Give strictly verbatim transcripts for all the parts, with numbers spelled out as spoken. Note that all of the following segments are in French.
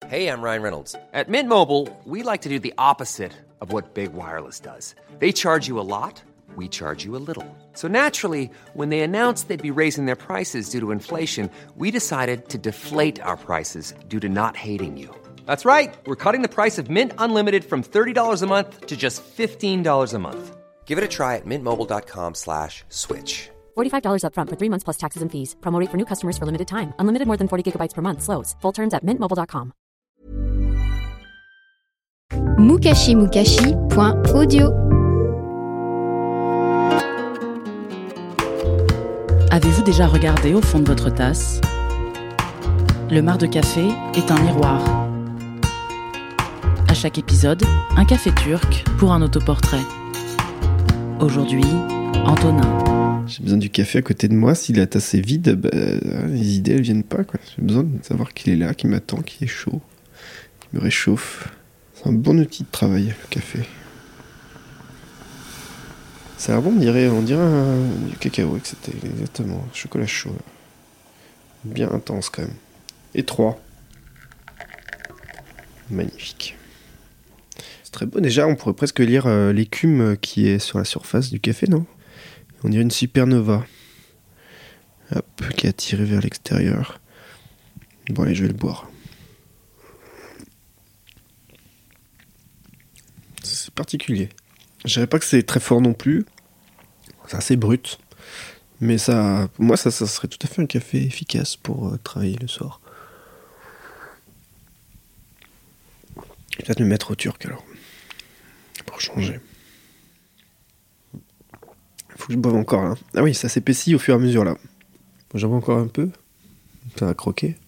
Hey, I'm Ryan Reynolds. At Mint Mobile, we like to do the opposite of what Big Wireless does. They charge you a lot, we charge you a little. So naturally, when they announced they'd be raising their prices due to inflation, we decided to deflate our prices due to not hating you. That's right. We're cutting the price of Mint Unlimited from thirty dollars a month to just fifteen dollars a month. Give it a try at mintmobile.com slash switch. forty-five dollars up front for three months plus taxes and fees. Promo rate for new customers for limited time. Unlimited more than forty gigabytes per month. Slows full terms at mint mobile dot com. mukashi mukashi point audio. Avez-vous déjà regardé au fond de votre tasse ? Le mar de café est un miroir. À chaque épisode, un café turc pour un autoportrait. Aujourd'hui, Antonin. J'ai besoin du café à côté de moi. Si la tasse est vide, bah, les idées elles viennent pas, quoi. J'ai besoin de savoir qu'il est là, qu'il m'attend, qu'il est chaud, qu'il me réchauffe. C'est un bon outil de travail, le café. Ça a l'air bon, on dirait, on dirait un, du cacao, et que c'était exactement chocolat chaud. Bien intense quand même. Étroit. Magnifique. C'est très beau. Déjà, on pourrait presque lire euh, l'écume qui est sur la surface du café, non ? On dirait une supernova. Hop, qui est attirée vers l'extérieur. Bon, allez, je vais le boire. C'est particulier. Je dirais pas que c'est très fort non plus. C'est assez brut. Mais ça, pour moi, ça, ça serait tout à fait un café efficace pour euh, travailler le soir. Je vais peut-être me mettre au turc alors. Pour changer. Faut que je boive encore là. Ah oui, ça s'épaissit au fur et à mesure là. Bon, j'en bois encore un peu. Ça va croquer.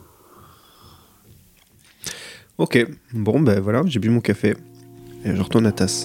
Ok, bon ben voilà, j'ai bu mon café. Et je retourne la tasse.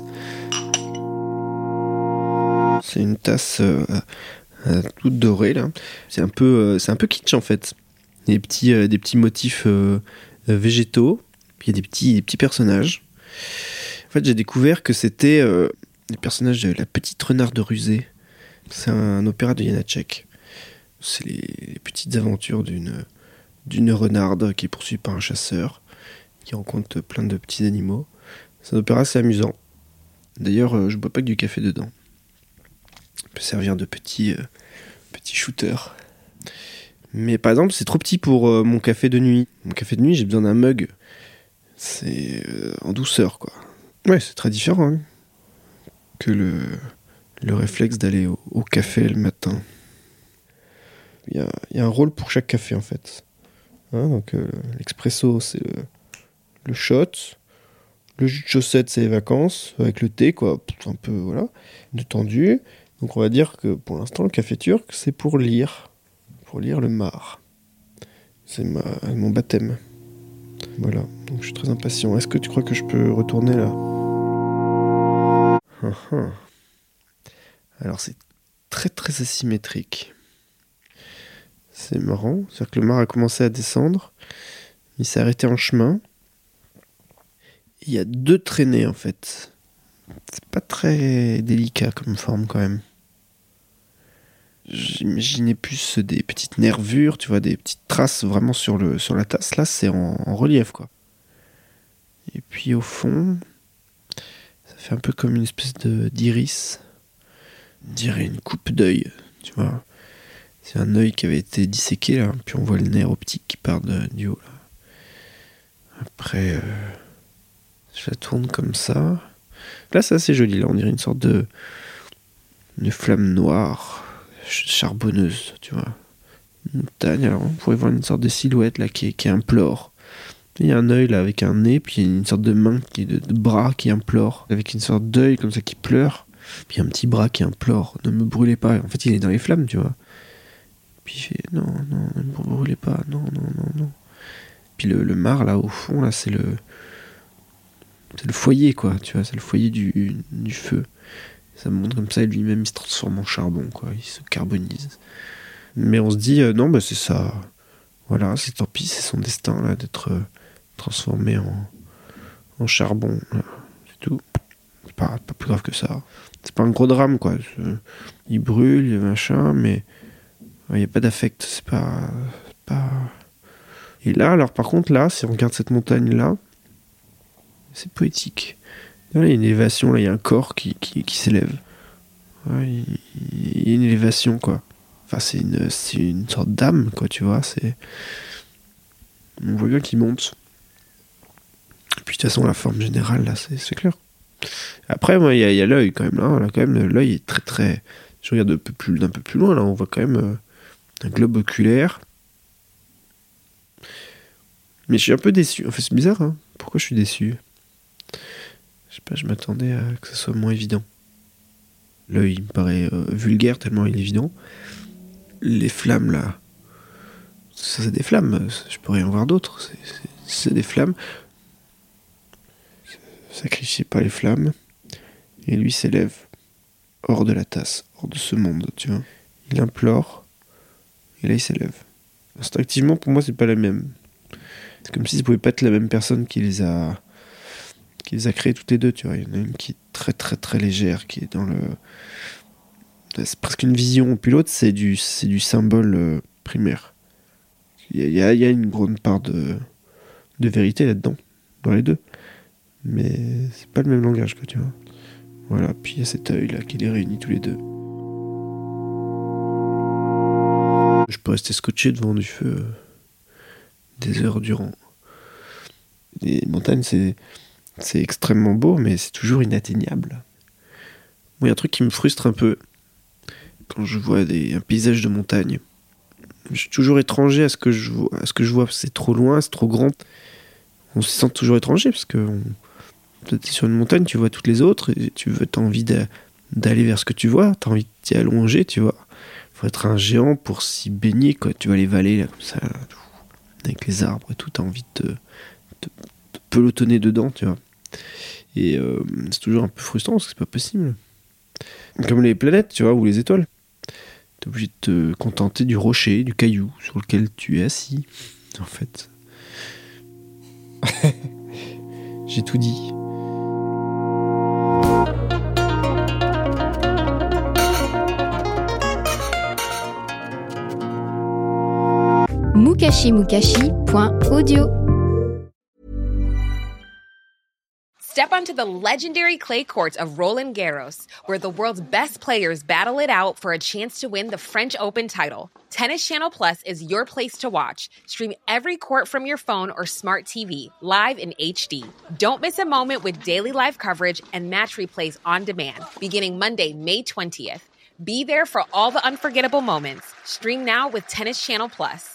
C'est une tasse euh, euh, toute dorée là. C'est un peu, euh, c'est un peu kitsch en fait. Des petits, euh, des petits motifs euh, euh, végétaux. Puis il y a des petits, des petits personnages. En fait, j'ai découvert que c'était euh, les personnages de La Petite Renarde Rusée. C'est un opéra de Janacek. C'est les, les petites aventures d'une, d'une renarde qui est poursuivie par un chasseur qui rencontre plein de petits animaux. C'est un opéra assez amusant. D'ailleurs, euh, je bois pas que du café dedans. Ça peut servir de petit, euh, petit shooter. Mais par exemple, c'est trop petit pour euh, mon café de nuit. Mon café de nuit, j'ai besoin d'un mug. C'est euh, en douceur, quoi. Ouais, c'est très différent hein, que le, le réflexe d'aller au, au café le matin. Il y a, il y a un rôle pour chaque café, en fait. Hein, donc, euh, l'expresso, c'est le, le shot. Le jus de chaussette, c'est les vacances, avec le thé, quoi, un peu, voilà, détendu. Donc on va dire que pour l'instant, le café turc, c'est pour lire, pour lire le mar. C'est ma, mon baptême. Voilà, donc je suis très impatient. Est-ce que tu crois que je peux retourner là ? uh-huh. Alors c'est très très asymétrique. C'est marrant, c'est-à-dire que le mar a commencé à descendre, il s'est arrêté en chemin. Il y a deux traînées en fait. C'est pas très délicat comme forme quand même. J'imaginais plus des petites nervures, tu vois, des petites traces vraiment sur, le, sur la tasse. Là, c'est en, en relief quoi. Et puis au fond, ça fait un peu comme une espèce de, d'iris. On dirait une coupe d'œil, tu vois. C'est un œil qui avait été disséqué là, puis on voit le nerf optique qui part de, du haut là. Après... Euh... Je la tourne comme ça. Là, c'est assez joli. Là, on dirait une sorte de... Une flamme noire, charbonneuse, tu vois. Une montagne. Alors, on pourrait voir une sorte de silhouette, là, qui, qui implore. Il y a un œil, là, avec un nez, puis une sorte de main, qui, de, de bras qui implore, avec une sorte d'œil, comme ça, qui pleure. Puis un petit bras qui implore. Ne me brûlez pas. En fait, il est dans les flammes, tu vois. Puis il fait... Non, non, ne me brûlez pas. Non, non, non, non. Puis le, le mar, là, au fond, là, c'est le... C'est le foyer, quoi, tu vois, c'est le foyer du, du feu. Ça me montre comme ça, et lui-même, il se transforme en charbon, quoi, il se carbonise. Mais on se dit, euh, non, bah c'est ça, voilà, c'est tant pis, c'est son destin, là, d'être euh, transformé en, en charbon, là. C'est tout. C'est pas, pas plus grave que ça. C'est pas un gros drame, quoi. C'est, il brûle, machin, mais il n'y a pas d'affect, c'est pas... C'est pas... Et là, alors par contre, là, si on regarde cette montagne-là, c'est poétique. Là, il y a une élévation, là, il y a un corps qui, qui, qui s'élève. Ouais, il y a une élévation, quoi. Enfin, c'est une, c'est une sorte d'âme, quoi, tu vois. C'est... On voit bien qu'il monte. Et puis, de toute façon, la forme générale, là, c'est, c'est clair. Après, moi, il y, y a l'œil, quand même, là. Là, quand même, l'œil est très, très... Je regarde un peu plus, d'un peu plus loin, là, on voit quand même euh, un globe oculaire. Mais je suis un peu déçu. En fait, c'est bizarre, hein. Pourquoi je suis déçu ? Je sais pas, je m'attendais à que ce soit moins évident. L'œil, il me paraît euh, vulgaire tellement il est évident. Les flammes, là, ça, c'est des flammes. Je pourrais en voir d'autres. C'est, c'est, c'est des flammes. Sacrifiez pas les flammes. Et lui s'élève hors de la tasse, hors de ce monde, tu vois. Il implore. Et là, il s'élève. Instinctivement, pour moi, c'est pas la même. C'est comme si ça pouvait pas être la même personne qui les a... qui les a créés toutes les deux, tu vois. Il y en a une qui est très très très légère, qui est dans le... C'est presque une vision. Puis l'autre, c'est du, c'est du symbole euh, primaire. Il y, a, il y a une grande part de, de vérité là-dedans, dans les deux. Mais c'est pas le même langage, quoi, tu vois. Voilà, puis il y a cet œil-là qui les réunit tous les deux. Je peux rester scotché devant du feu euh, des heures durant. Les montagnes, c'est... C'est extrêmement beau, mais c'est toujours inatteignable. Moi, il y a un truc qui me frustre un peu quand je vois des, un paysage de montagne. Je suis toujours étranger à ce que je vois, à ce que je vois. C'est trop loin, c'est trop grand. On se sent toujours étranger parce que on, peut-être sur une montagne, tu vois toutes les autres et tu veux, t'as envie de, d'aller vers ce que tu vois. T'as envie de t'y allonger, tu vois. Il faut être un géant pour s'y baigner, quoi. Tu vois les vallées là comme ça, là, avec les arbres et tout. T'as envie de te, te pelotonner dedans, tu vois. Et euh, c'est toujours un peu frustrant parce que c'est pas possible. Comme les planètes, tu vois, ou les étoiles. T'es obligé de te contenter du rocher, du caillou sur lequel tu es assis, en fait. J'ai tout dit. mukashi mukashi point audio. Step onto the legendary clay courts of Roland Garros, where the world's best players battle it out for a chance to win the French Open title. Tennis Channel Plus is your place to watch. Stream every court from your phone or smart T V, live in H D. Don't miss a moment with daily live coverage and match replays on demand, beginning Monday, May twentieth. Be there for all the unforgettable moments. Stream now with Tennis Channel Plus.